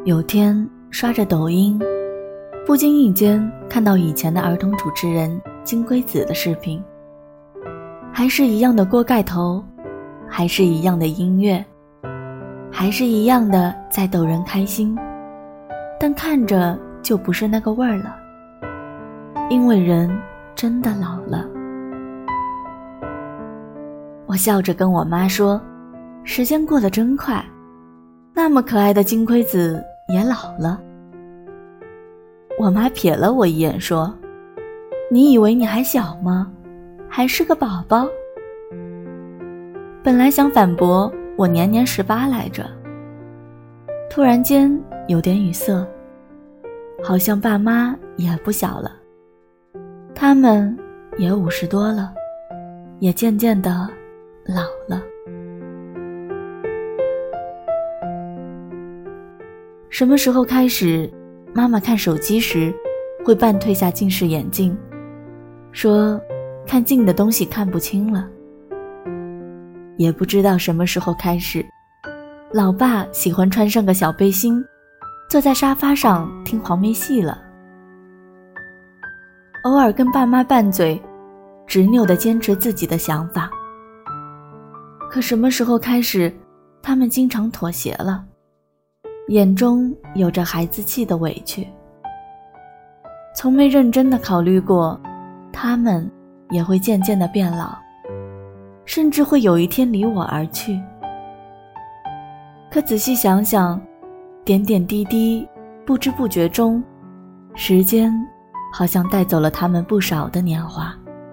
有天刷着抖音，不经意间看到以前的儿童主持人金龟子的视频，还是一样的锅盖头，还是一样的音乐，还是一样的在逗人开心，但看着就不是那个味儿了，因为人真的老了。我笑着跟我妈说，时间过得真快，那么可爱的金龟子也老了。我妈瞥了我一眼说，你以为你还小吗？还是个宝宝。本来想反驳我年年18来着，突然间有点语塞，好像爸妈也不小了，他们也50多了，也渐渐的老了。什么时候开始，妈妈看手机时会半褪下近视眼镜，说看近的东西看不清了。也不知道什么时候开始，老爸喜欢穿上个小背心，坐在沙发上听黄梅戏了。偶尔跟爸妈拌嘴，执拗地坚持自己的想法。可什么时候开始，他们经常妥协了，眼中有着孩子气的委屈，从没认真地考虑过他们也会渐渐地变老，甚至会有一天离我而去。可仔细想想，点点滴滴，不知不觉中，时间好像带走了他们不少的年华。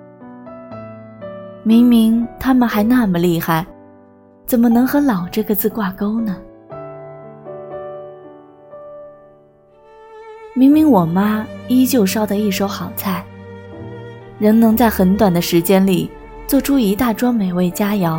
明明他们还那么厉害，怎么能和老这个字挂钩呢？明明我妈依旧烧得一手好菜，仍能在很短的时间里做出一大桌美味佳肴。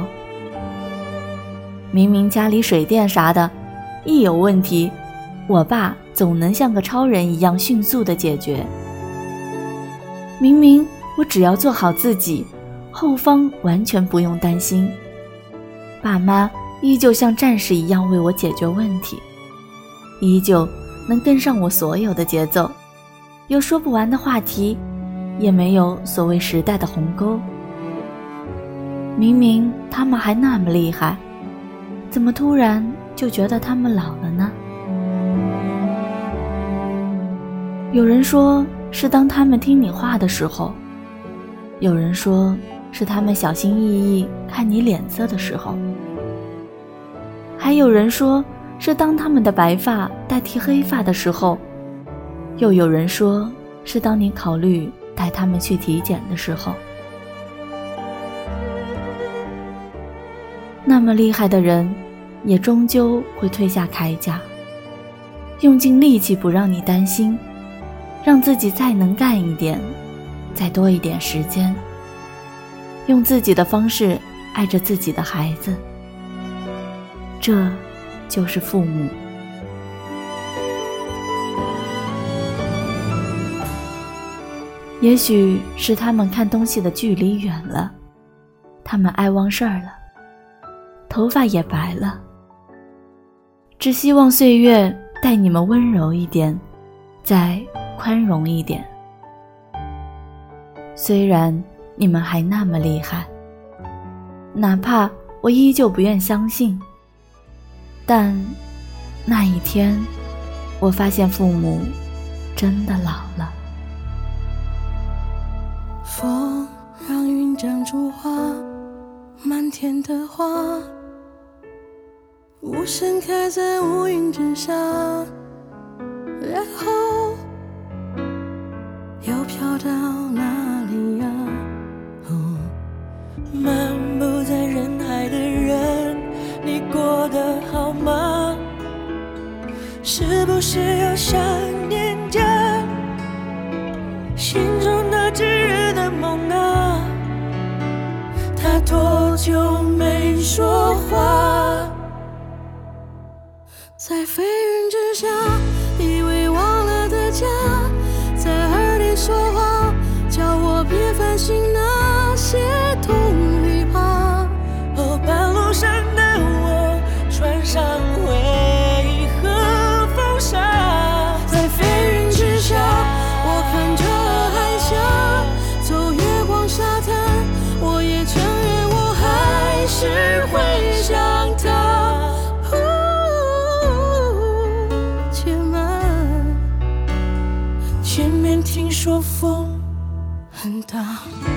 明明家里水电啥的一有问题，我爸总能像个超人一样迅速地解决。明明我只要做好自己，后方完全不用担心，爸妈依旧像战士一样为我解决问题，依旧能跟上我所有的节奏，有说不完的话题，也没有所谓时代的鸿沟。明明他们还那么厉害，怎么突然就觉得他们老了呢？有人说是当他们听你话的时候，有人说是他们小心翼翼看你脸色的时候，还有人说是当他们的白发代替黑发的时候，又有人说是当你考虑带他们去体检的时候。那么厉害的人也终究会褪下铠甲，用尽力气不让你担心，让自己再能干一点，再多一点时间，用自己的方式爱着自己的孩子。这就是父母。也许是他们看东西的距离远了，他们爱忘事儿了，头发也白了，只希望岁月待你们温柔一点，再宽容一点。虽然你们还那么厉害，哪怕我依旧不愿相信，但那一天我发现父母真的老了。 风让云长出花，满天的花无声开在乌云之下，然后又飘到哪里呀？ 漫步在人海的人，你过得好吗？是不是又想念着心中那炙热的梦啊？他多久没说话？ 在飞云之下，以为忘了的家，在耳里说话，叫我别烦心那些痛与怕。 哦，半路上的我穿上回忆和风沙， 说风很大。